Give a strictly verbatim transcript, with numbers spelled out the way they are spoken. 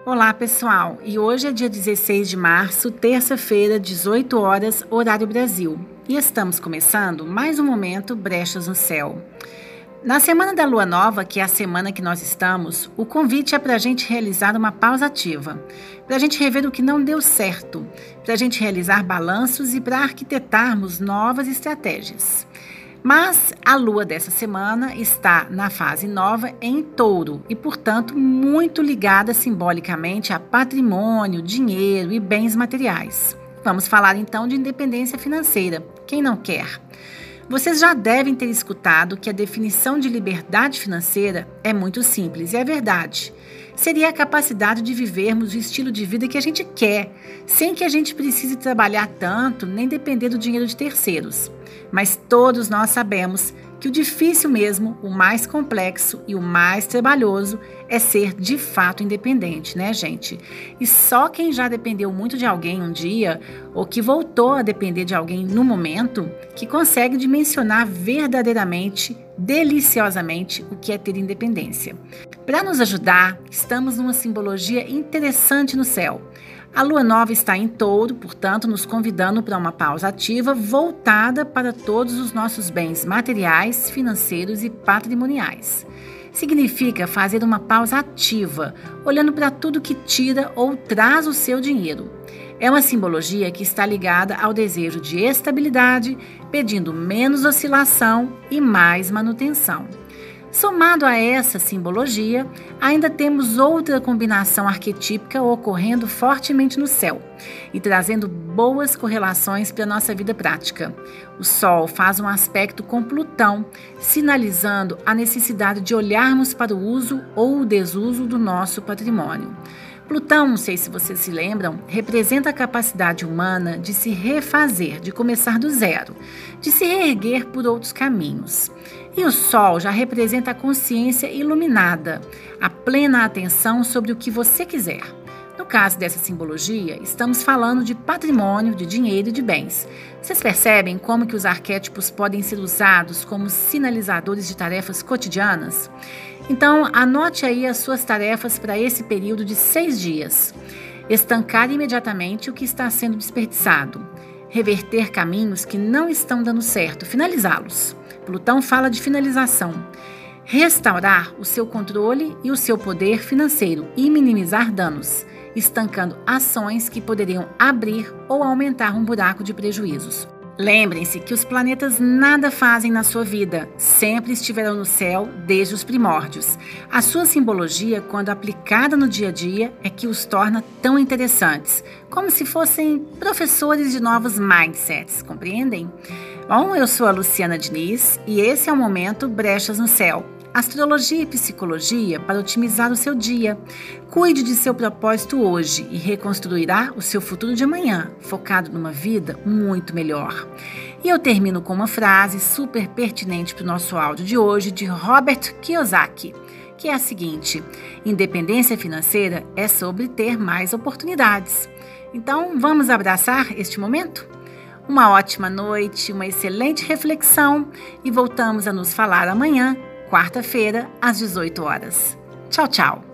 Olá, pessoal! E hoje é dia dezesseis de março, terça-feira, dezoito horas, horário Brasil. E estamos começando mais um momento Brechas no Céu. Na semana da Lua Nova, que é a semana que nós estamos, o convite é para a gente realizar uma pausa ativa, para a gente rever o que não deu certo, para a gente realizar balanços e para arquitetarmos novas estratégias. Mas a lua dessa semana está na fase nova em Touro e, portanto, muito ligada simbolicamente a patrimônio, dinheiro e bens materiais. Vamos falar então de independência financeira. Quem não quer? Vocês já devem ter escutado que a definição de liberdade financeira é muito simples, e é verdade. Seria a capacidade de vivermos o estilo de vida que a gente quer, sem que a gente precise trabalhar tanto nem depender do dinheiro de terceiros. Mas todos nós sabemos que o difícil mesmo, o mais complexo e o mais trabalhoso é ser de fato independente, né, gente? E só quem já dependeu muito de alguém um dia, ou que voltou a depender de alguém no momento, que consegue dimensionar verdadeiramente, deliciosamente, o que é ter independência. Para nos ajudar, estamos numa simbologia interessante no céu. A lua nova está em Touro, portanto, nos convidando para uma pausa ativa voltada para todos os nossos bens materiais, financeiros e patrimoniais. Significa fazer uma pausa ativa, olhando para tudo que tira ou traz o seu dinheiro. É uma simbologia que está ligada ao desejo de estabilidade, pedindo menos oscilação e mais manutenção. Somado a essa simbologia, ainda temos outra combinação arquetípica ocorrendo fortemente no céu e trazendo boas correlações para a nossa vida prática. O Sol faz um aspecto com Plutão, sinalizando a necessidade de olharmos para o uso ou o desuso do nosso patrimônio. Plutão, não sei se vocês se lembram, representa a capacidade humana de se refazer, de começar do zero, de se reerguer por outros caminhos. E o Sol já representa a consciência iluminada, a plena atenção sobre o que você quiser. No caso dessa simbologia, estamos falando de patrimônio, de dinheiro e de bens. Vocês percebem como que os arquétipos podem ser usados como sinalizadores de tarefas cotidianas? Então, anote aí as suas tarefas para esse período de seis dias. Estancar imediatamente o que está sendo desperdiçado. Reverter caminhos que não estão dando certo, finalizá-los. Plutão fala de finalização. Restaurar o seu controle e o seu poder financeiro e minimizar danos, estancando ações que poderiam abrir ou aumentar um buraco de prejuízos. Lembrem-se que os planetas nada fazem na sua vida, sempre estiveram no céu desde os primórdios. A sua simbologia, quando aplicada no dia a dia, é que os torna tão interessantes, como se fossem professores de novos mindsets, compreendem? Bom, eu sou a Luciana Diniz e esse é o Momento Brechas no Céu. Astrologia e psicologia para otimizar o seu dia. Cuide de seu propósito hoje e reconstruirá o seu futuro de amanhã, focado numa vida muito melhor. E eu termino com uma frase super pertinente para o nosso áudio de hoje, de Robert Kiyosaki, que é a seguinte: independência financeira é sobre ter mais oportunidades. Então, vamos abraçar este momento? Uma ótima noite, uma excelente reflexão e voltamos a nos falar amanhã, quarta-feira, às dezoito horas. Tchau, tchau!